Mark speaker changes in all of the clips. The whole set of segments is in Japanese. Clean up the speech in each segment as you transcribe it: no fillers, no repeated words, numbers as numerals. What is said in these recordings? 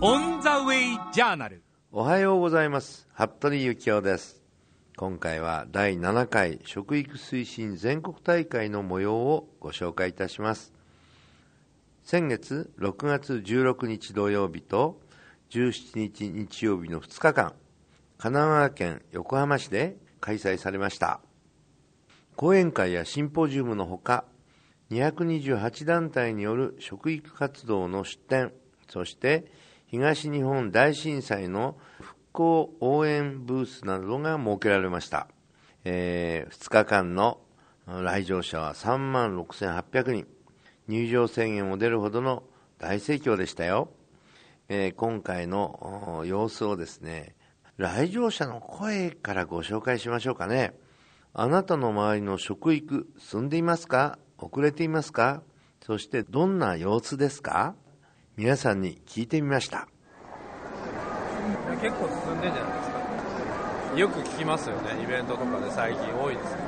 Speaker 1: オンザウェイジャーナル。
Speaker 2: おはようございます。服部幸男です。今回は第7回食育推進全国大会の模様をご紹介いたします。先月6月16日土曜日と17日日曜日の2日間、神奈川県横浜市で開催されました。講演会やシンポジウムのほか、228団体による食育活動の出展、そして東日本大震災の復興応援ブースなどが設けられました。2日間の来場者は36,800人、入場制限も出るほどの大盛況でしたよ。今回の様子をですね、来場者の声からご紹介しましょうかね。あなたの周りの食育進んでいますか？遅れていますか？そしてどんな様子ですか？皆さんに聞いてみました。
Speaker 3: 結構進んでんじゃないですか。よく聞きますよね。イベントとかで最近多いですね。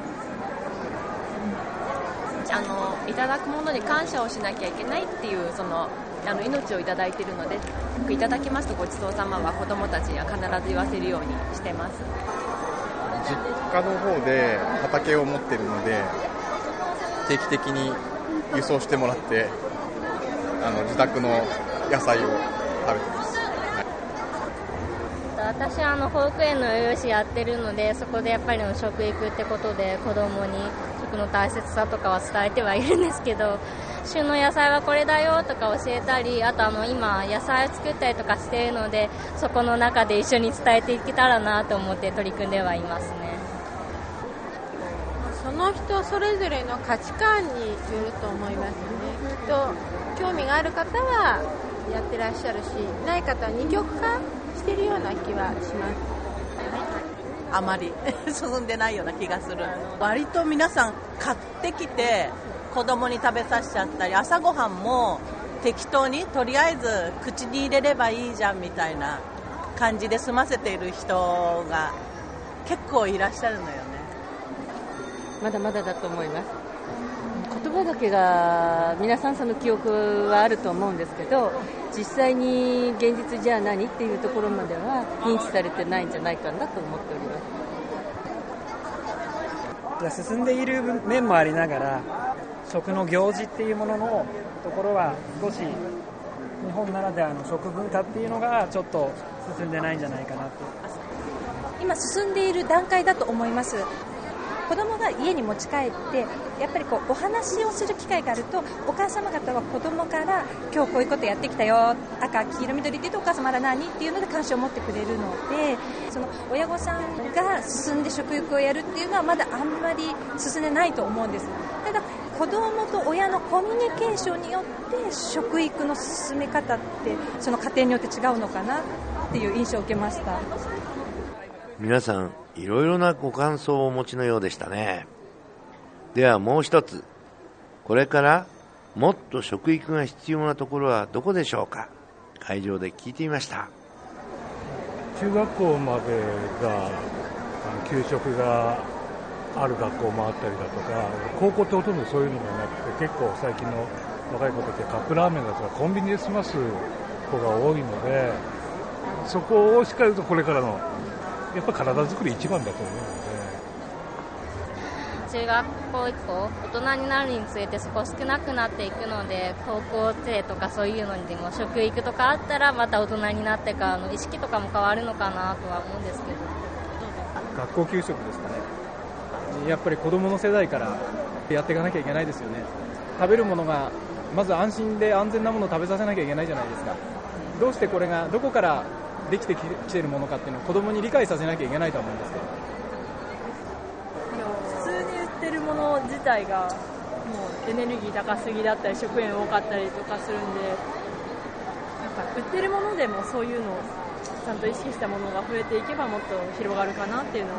Speaker 4: いただくものに感謝をしなきゃいけないっていう命をいただいているので、いただきますとごちそうさまは子どもたちには必ず言わせるようにしてます。
Speaker 5: 実家の方で畑を持っているので、定期的に輸送してもらって自宅の野菜を食べてます。
Speaker 6: 私は保育園の栄養士やってるので、そこでやっぱり食育ってことで子どもに食の大切さとかは伝えてはいるんですけど、旬の野菜はこれだよとか教えたり、あと今野菜を作ったりとかしているので、そこの中で一緒に伝えていけたらなと思って取り組んではいますね。
Speaker 7: その人それぞれの価値観によると思いますね。きっと興味がある方はやってらっしゃるし、ない方は二極化しているような気はします。
Speaker 8: あまり進んでないような気がする。割と皆さん買ってきて子供に食べさせちゃったり、朝ごはんも適当にとりあえず口に入れればいいじゃんみたいな感じで済ませている人が結構いらっしゃるのよね。
Speaker 9: まだまだだと思います。言葉だけが皆さんその記憶はあると思うんですけど、実際に現実じゃあ何っていうところまでは認知されてないんじゃないかなと思っており
Speaker 10: ます。進んでいる面もありながら、食の行事っていうもののところは少し日本ならではの食文化っていうのがちょっと進んでないんじゃないかなと。
Speaker 11: 今進んでいる段階だと思います。子供が家に持ち帰ってやっぱりお話をする機会があると、お母様方は子供から今日こういうことやってきたよ、赤黄色緑って言うとお母様ら何っていうので関心を持ってくれるので、その親御さんが進んで食育をやるっていうのはまだあんまり進んでないと思うんです。ただ子供と親のコミュニケーションによって食育の進め方ってその家庭によって違うのかなっていう印象を受けました。
Speaker 2: 皆さんいろいろなご感想をお持ちのようでしたね。ではもう一つ、これからもっと食育が必要なところはどこでしょうか。会場で聞いてみました。
Speaker 12: 中学校までが給食がある学校もあったりだとか、高校ってほとんどそういうのがなくて、結構最近の若い子たちはカップラーメンだとかコンビニで済ます子が多いので、そこをしっかりとこれからのやっぱ体作り一番だと思うの
Speaker 6: で、中学校以降大人になるにつれてそこ少なくなっていくので、高校生とかそういうのにでも食育とかあったらまた大人になってからの意識とかも変わるのかなとは思うんですけど。
Speaker 10: 学校給食ですかね。やっぱり子どもの世代からやっていかなきゃいけないですよね。食べるものがまず安心で安全なものを食べさせなきゃいけないじゃないですか。どうしてこれがどこからできてきているものかっていうのを子どもに理解させなきゃいけないと思うんですけど、
Speaker 13: 普通に売ってるもの自体がもうエネルギー高すぎだったり食塩多かったりとかするんで、売ってるものでもそういうのをちゃんと意識したものが増えていけばもっと広がるかなっていうのは。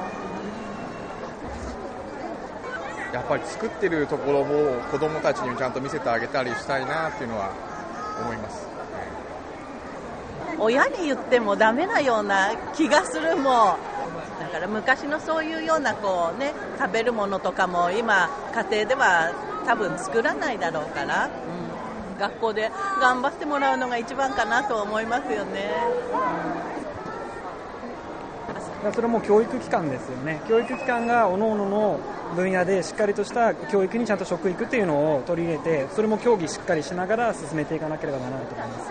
Speaker 5: やっぱり作ってるところを子どもたちにちゃんと見せてあげたりしたいなっていうのは思います。
Speaker 8: 親に言ってもダメなような気がするもん。だから昔のそういうような食べるものとかも今家庭では多分作らないだろうから、 学校で頑張ってもらうのが一番かなと思いますよね。
Speaker 14: それも教育機関ですよね。教育機関が各々の分野でしっかりとした教育にちゃんと食育っていうのを取り入れて、それも協議しっかりしながら進めていかなければならないと思います。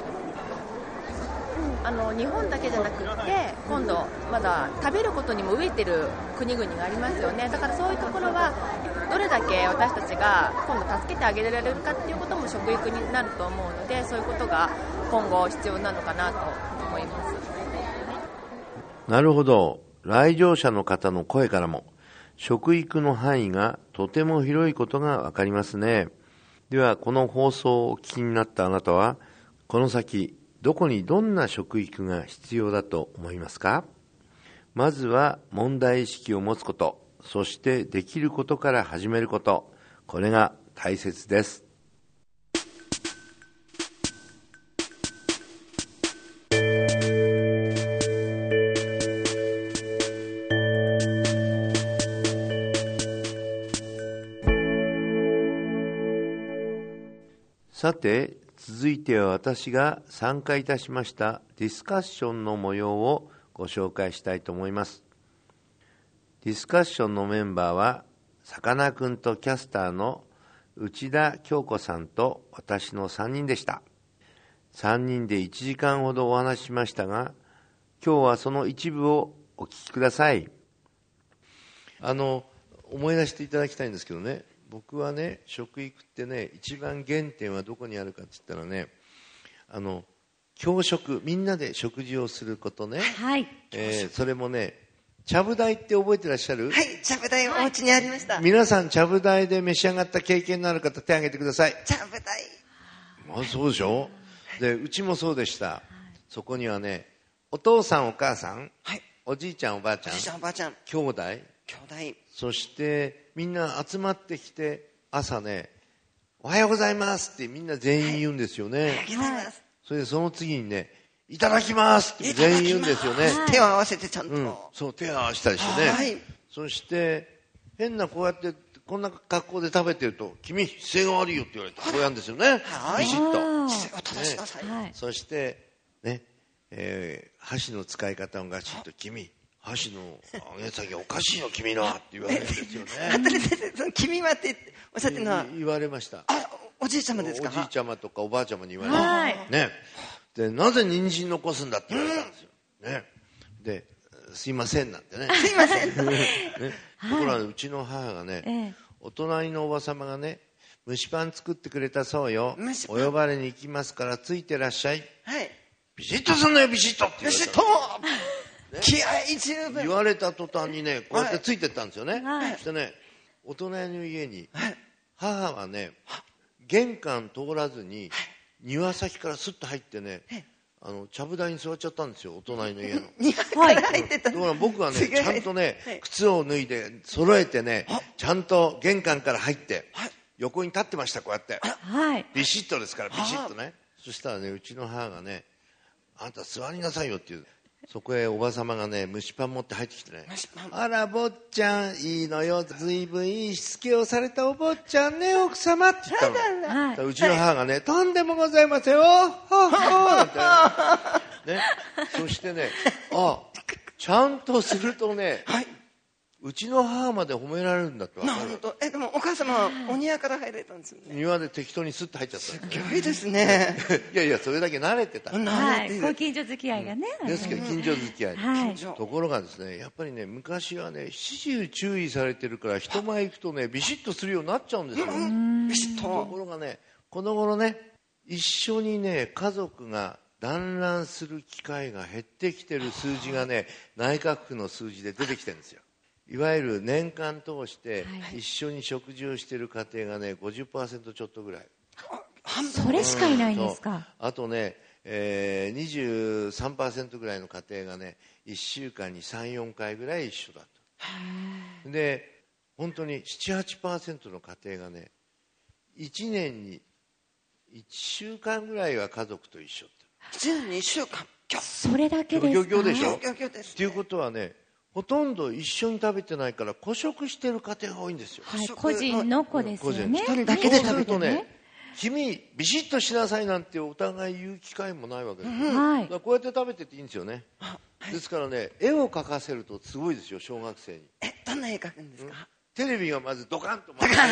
Speaker 4: 日本だけじゃなくって今度まだ食べることにも飢えてる国々がありますよね。だからそういうところはどれだけ私たちが今度助けてあげられるかっていうことも食育になると思うので、そういうことが今後必要なのかなと思います。
Speaker 2: なるほど。来場者の方の声からも食育の範囲がとても広いことがわかりますね。ではこの放送をお聞きになったあなたはこの先どこにどんな食育が必要だと思いますか？まずは問題意識を持つこと、そしてできることから始めること、これが大切です。さて、続いては私が参加いたしましたディスカッションの模様をご紹介したいと思います。ディスカッションのメンバーは、さかなクンとキャスターの内田京子さんと私の3人でした。3人で1時間ほどお話ししましたが、今日はその一部をお聞きください。思い出していただきたいんですけどね、僕はね、食育ってね、一番原点はどこにあるかって言ったらね、共食、みんなで食事をすることね。
Speaker 15: はい。
Speaker 2: それもね、ちゃぶ台って覚えてらっしゃる？
Speaker 15: はい、ちゃぶ台お家にありました。
Speaker 2: 皆さん、ちゃぶ台で召し上がった経験のある方、手を挙げてください。
Speaker 15: ちゃぶ台。
Speaker 2: そうでしょ？で、うちもそうでした。そこにはね、お父さんお母さん、
Speaker 15: はい、
Speaker 2: おじいちゃんおばあちゃん、
Speaker 15: おじいちゃんおばあちゃん、
Speaker 2: 兄弟、そしてみんな集まってきて、朝ね、おはようございますってみんな全員言うんですよね。
Speaker 15: おはようございます。
Speaker 2: それでその次にね、いただきますって全員言うんですよね。
Speaker 15: 手を合わせてちゃんと。
Speaker 2: そう、手を合わせたりしてね。
Speaker 15: はい。
Speaker 2: そして、変なこうやって、こんな格好で食べてると、君、姿勢が悪いよって言われて、こうやるんですよね。
Speaker 15: はい。
Speaker 2: ビシッと。
Speaker 15: 姿勢を正しなさい。
Speaker 2: そして、ね、箸の使い方をガチッと、君、箸の上げ先おかしいよ、君のはって言われるんですよね。
Speaker 15: 服部先生、その君はっておっしゃってるのは
Speaker 2: 言われました。
Speaker 15: おじいちゃまですか？
Speaker 2: おじいちゃまとかおばあちゃまに言われました。ね。で、なぜ人参残すんだって言われたんですよ。ね。で、すいませんなんてね。
Speaker 15: すいません。
Speaker 2: ところがうちの母がね、お隣のおば様がね、蒸しパン作ってくれたそうよ。お呼ばれに行きますからついてらっしゃい。
Speaker 15: はい。
Speaker 2: ビシッとすんのよ、ビシッとって言われた。
Speaker 15: ビシッと気合十分。
Speaker 2: 言われた途端にね、こうやってついてったんですよね。そしてね、お隣の家に、母はね、玄関通らずに、庭先からスッと入ってね、ちゃぶ台に座っちゃったんですよ、お隣の家の。
Speaker 15: 庭から入ってた。
Speaker 2: だから僕はね、ちゃんとね、靴を脱いで、揃えてね、ちゃんと玄関から入って、横に立ってました、こうやって。ビシッとですから、ビシッとね。そしたらね、うちの母がね、あんた座りなさいよっていう。そこへおばさまがね、蒸しパン持って入ってきてね、あら、坊ちゃん、いいのよ、ずいぶんいいしつけをされたお坊ちゃんね、奥様って言ったの。うちの母がね、とんでもございませんよ、ほっほーってね。そしてね、ちゃんとするとね、うちの母まで褒められるんだって分かる。
Speaker 15: なるほど。でもお母様はお庭から入られたんですよね。
Speaker 2: 庭で適当にスッと入っちゃった。
Speaker 15: すごいですね。
Speaker 2: いやいや、それだけ慣れてた。
Speaker 15: 慣れてる。
Speaker 11: ご近所付き合いがね。
Speaker 2: ですけど、近所付き合い。ところがですね、やっぱりね、昔はね、始終注意されてるから、人前行くとね、ビシッとするようになっちゃうんですよ。
Speaker 15: ビシッと。
Speaker 2: ところがね、この頃ね、一緒にね、家族が団らんする機会が減ってきてる数字がね、内閣府の数字で出てきてるんですよ。いわゆる年間通して一緒に食事をしている家庭がね 50% ちょっとぐらい。
Speaker 11: それしかいないんですか。
Speaker 2: あとね、23% ぐらいの家庭がね1週間に 3,4 回ぐらい一緒だと。で本当に 7,8% の家庭がね1年に1週間ぐらいは家族と一緒って。
Speaker 15: 1年に1週間。
Speaker 11: それだけですか。
Speaker 2: 漁業でしょ。
Speaker 15: 漁業です。
Speaker 2: っていうことはね、ほとんど一緒に食べてないから孤食してる家庭が多いんですよ。
Speaker 11: 個人の子ですよね。
Speaker 15: 一人だけで食べてるね。
Speaker 2: 君ビシッとしなさいなんてお互い言う機会もないわけですよ、
Speaker 11: はい、
Speaker 2: だからこうやって食べてていいんですよね、ですからね、絵を描かせるとすごいですよ、小学生に。
Speaker 15: どんな絵描くんですか？
Speaker 2: テレビがまずドカンと回って、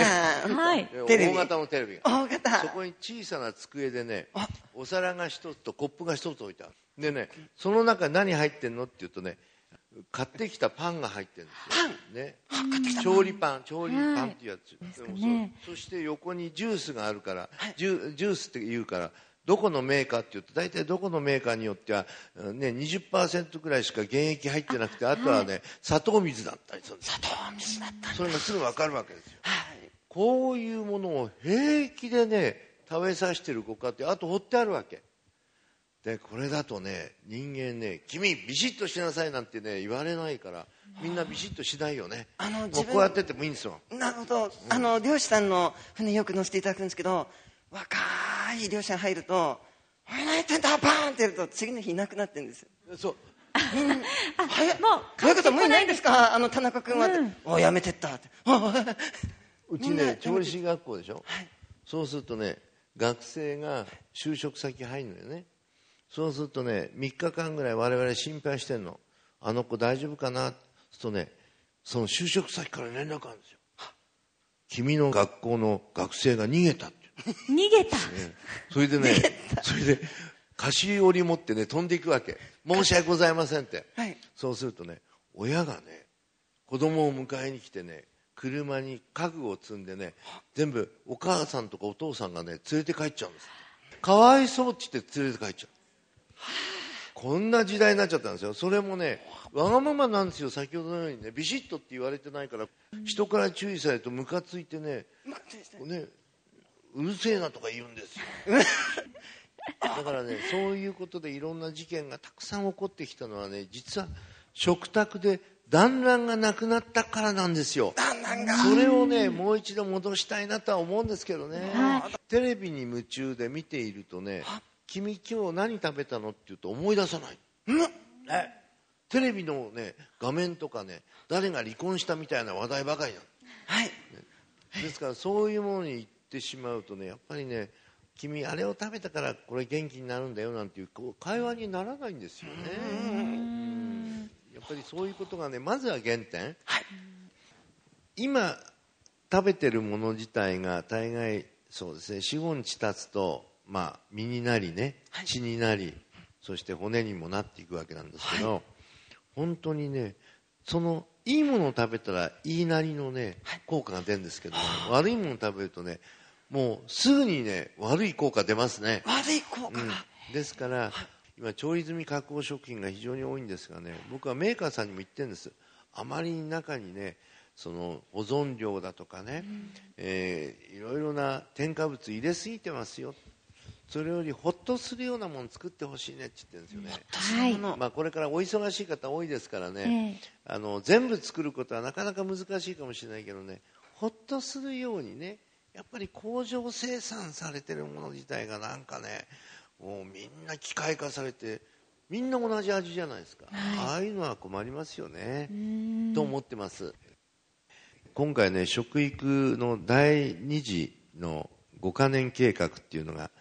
Speaker 11: はい、
Speaker 2: 大型のテレビが、
Speaker 15: 大型、
Speaker 2: そこに小さな机でね、お皿が一つとコップが一つ置いてある。でね、その中に何入ってんのって言うとね、買ってきたパンが入ってるんですよ、ね、調理パンっていうやつ、
Speaker 11: ね、
Speaker 2: そして横にジュースがあるから、ジュースって言うから、どこのメーカーって言うと大体どこのメーカーによっては、ね、20% くらいしか原液入ってなくて、あとはね、砂糖水だったりするんです。
Speaker 15: 砂糖水だったり、
Speaker 2: それがすぐ分かるわけですよ、こういうものを平気でね食べさせてるご家庭、あと放ってあるわけで、これだとね、人間ね、君ビシッとしなさいなんてね言われないから、みんなビシッとしないよね。もうこうやっててもいいんですよ。
Speaker 15: なるほど、漁師さんの船よく乗せていただくんですけど、若い漁師さん入ると「お前何やってんだ!」バーンってやると次の日いなくなってるんですよ。
Speaker 2: そう
Speaker 15: もう親方もういないんですか、田中君はって、おやめてったって。
Speaker 2: うちね、調理師学校でしょ、そうするとね、学生が就職先入るのよね。そうするとね、3日間ぐらい我々心配してんの、あの子大丈夫かな。そうするとね、その就職先から連絡あるんですよ。君の学校の学生が逃げたって
Speaker 11: 逃げた、
Speaker 2: それでね、それで菓子折り持ってね飛んでいくわけ。申し訳ございませんって、そうするとね、親がね子供を迎えに来てね、車に家具を積んでね、全部お母さんとかお父さんがね連れて帰っちゃうんです。かわいそうって言って連れて帰っちゃう。こんな時代になっちゃったんですよ。それもね、わがままなんですよ。先ほどのようにね、ビシッとって言われてないから、人から注意されるとムカついてね、うるせえなとか言うんですよ。だからね、そういうことでいろんな事件がたくさん起こってきたのはね、実は食卓で団らんがなくなったからなんですよ。それをね、もう一度戻したいなとは思うんですけどね、テレビに夢中で見ているとね、君今日何食べたのって言うと思い出さない、テレビのね画面とかね、誰が離婚したみたいな話題ばかりなの、ですからそういうものに行ってしまうとね、やっぱりね、君あれを食べたからこれ元気になるんだよなんていう会話にならないんですよね。やっぱりそういうことがね、まずは原点、今食べてるもの自体が大概そうですね、4、5日経つと身になりね、血になり、そして骨にもなっていくわけなんですけど、本当にね、そのいいものを食べたらいいなりのね効果が出るんですけど、悪いものを食べるとね、もうすぐにね悪い効果出ますね。
Speaker 15: 悪い効果が、
Speaker 2: ですから今調理済み加工食品が非常に多いんですがね、僕はメーカーさんにも言ってるんです。あまり中にね、その保存料だとかね、いろいろな添加物入れすぎてますよ、それよりホッとするようなもの作ってほしいねって言ってるんですよね。これからお忙しい方多いですからね、全部作ることはなかなか難しいかもしれないけどね、ホッとするようにね、やっぱり工場生産されてるもの自体がなんかね、もうみんな機械化されてみんな同じ味じゃないですか、ああいうのは困りますよねと思ってます。今回ね、食育の第2次の5カ年計画っていうのが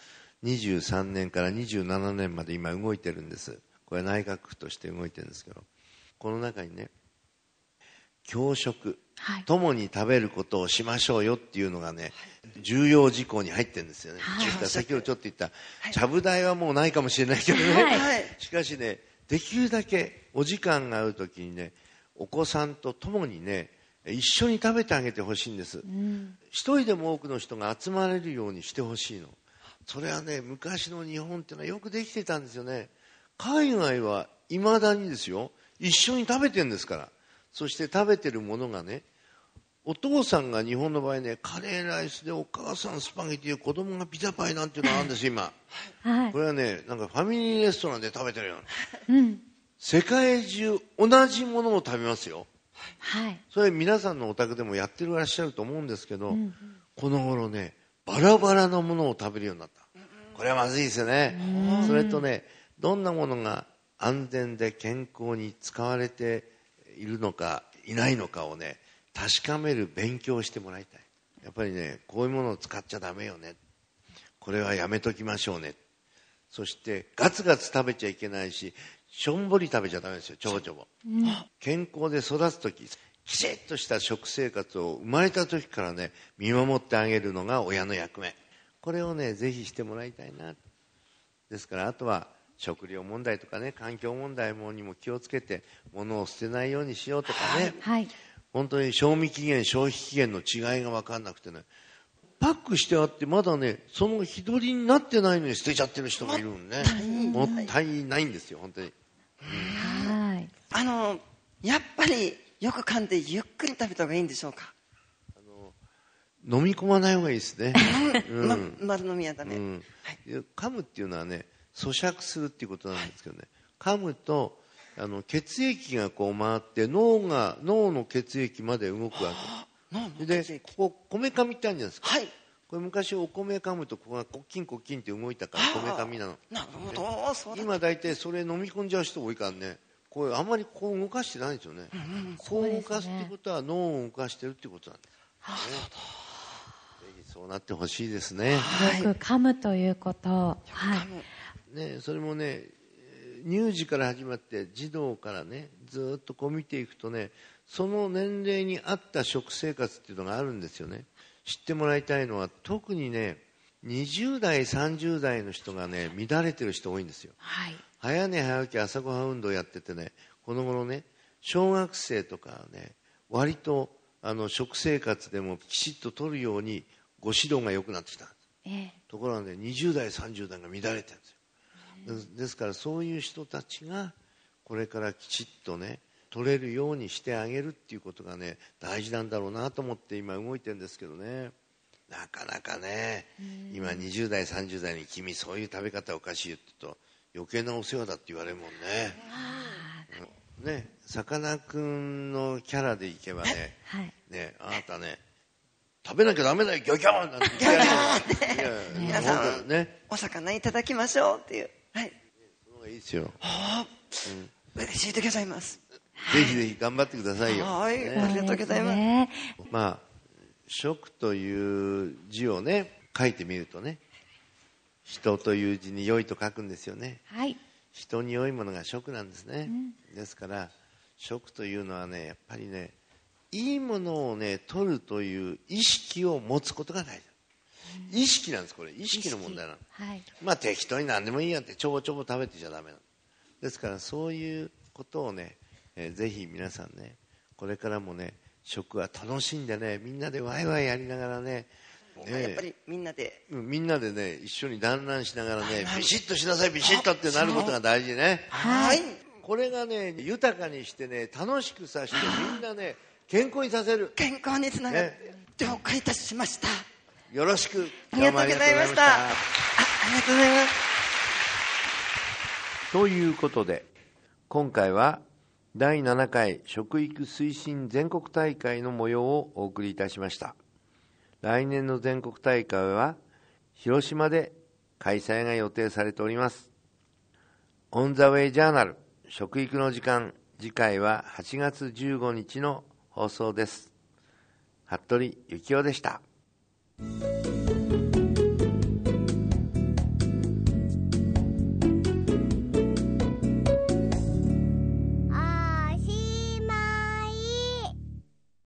Speaker 2: 23年から27年まで今動いてるんです。これは内閣府として動いてるんですけど、この中にね、共食、共に食べることをしましょうよっていうのがね、重要事項に入ってるんですよね。ですから先ほどちょっと言ったちゃぶ台はもうないかもしれないけどね、しかしね、できるだけお時間があるときにね、お子さんと共にね一緒に食べてあげてほしいんです、一人でも多くの人が集まれるようにしてほしいの。それはね、昔の日本っていうのはよくできてたんですよね。海外はいまだにですよ、一緒に食べてるんですから。そして食べてるものがね、お父さんが日本の場合ね、カレーライスでお母さんスパゲティで子供がピザパイなんていうのがあるんですよ今、これはね、なんかファミリーレストランで食べてるような、世界中同じものを食べますよ、それ皆さんのお宅でもやってらっしゃると思うんですけど、この頃ね、バラバラなものを食べるようになった。これはまずいですよね。それとね、どんなものが安全で健康に使われているのかいないのかをね、確かめる勉強をしてもらいたい。やっぱりね、こういうものを使っちゃダメよね。 これはやめときましょうね。そしてガツガツ食べちゃいけないし、しょんぼり食べちゃダメですよ、ちょぼちょぼ。健康で育つとき、きちっとした食生活を生まれた時からね、見守ってあげるのが親の役目。これをね、ぜひしてもらいたいな。ですから、あとは食料問題とかね、環境問題にも気をつけて、物を捨てないようにしようとかね、本当に賞味期限、消費期限の違いが分かんなくてね、パックしてあってまだね、その日取りになってないのに捨てちゃってる人がいるんでね、もったいないんですよ、本当に。
Speaker 15: やっぱりよく噛んでゆっくり食べた方がいいんでしょうか？
Speaker 2: 飲み込まない方がいいですね。
Speaker 15: 丸飲みはダメ。
Speaker 2: 噛むっていうのはね、咀嚼するっていうことなんですけどね、噛むと血液がこう回って脳の血液まで動くわけで、こここめかみってあるじゃないですか。これ昔お米噛むとここがコッキンコッキンって動いたからこめかみなの。
Speaker 15: なるほど、そうだ。
Speaker 2: 今大体それ飲み込んじゃう人多いからね、これあんまりこう動かしてないんですよね。こう動かすってことは脳を動かしてるってことなんです。ぜひそうなってほしいですね。
Speaker 16: よく噛むということ。
Speaker 2: ね、それもね、乳児から始まって児童からね、ずっとこう見ていくとね、その年齢に合った食生活っていうのがあるんですよね。知ってもらいたいのは、特にね、20代30代の人がね、乱れてる人多いんですよ。早寝早起き朝ごはん運動やっててね、この頃ね、小学生とかね、割と食生活でもきちっととるようにご指導が良くなってきたんです。ところがね、20代30代が乱れてるんですよ。ですからそういう人たちがこれからきちっとね、取れるようにしてあげるっていうことがね、大事なんだろうなと思って今動いてるんですけどね。なかなかね、今20代30代に君そういう食べ方おかしいって言うと余計なお世話だって言われるもんね。さかなクンのキャラでいけばね、あなたね、食べなきゃダメだよ、ギョギョーなんて言って
Speaker 15: 皆さん、お魚いただきましょうっていう。
Speaker 2: その方がいいですよ。
Speaker 15: 嬉しいでございます。
Speaker 2: ぜひぜひ頑張ってくださいよ。
Speaker 15: ありがとうございます。
Speaker 2: まあ、食という字をね、書いてみるとね、人という字に良いと書くんですよね。人に良いものが食なんですね。ですから、食というのはね、やっぱりね、いいものをね、取るという意識を持つことが大事。意識なんです、これ。意識の問題なの。まあ適当に何でもいいやってちょぼちょぼ食べてちゃダメなの。ですからそういうことをね、ぜひ皆さんね、これからもね、食は楽しんでね、みんなでワイワイやりながらね、
Speaker 15: やっぱりみんなで
Speaker 2: ね、一緒に団らんしながらね、ビシッとしなさい、ビシッとってなることが大事ね。これがね、豊かにしてね、楽しくさせてみんなね、健康にさせる。
Speaker 15: 健康につながって、了解いたしました。
Speaker 2: よろしく。
Speaker 15: ありがとうございました。ありがとうございます。
Speaker 2: ということで、今回は第7回食育推進全国大会の模様をお送りいたしました。来年の全国大会は広島で開催が予定されております。オンザウェイジャーナル食育の時間、次回は8月15日の放送です。服部幸男でした。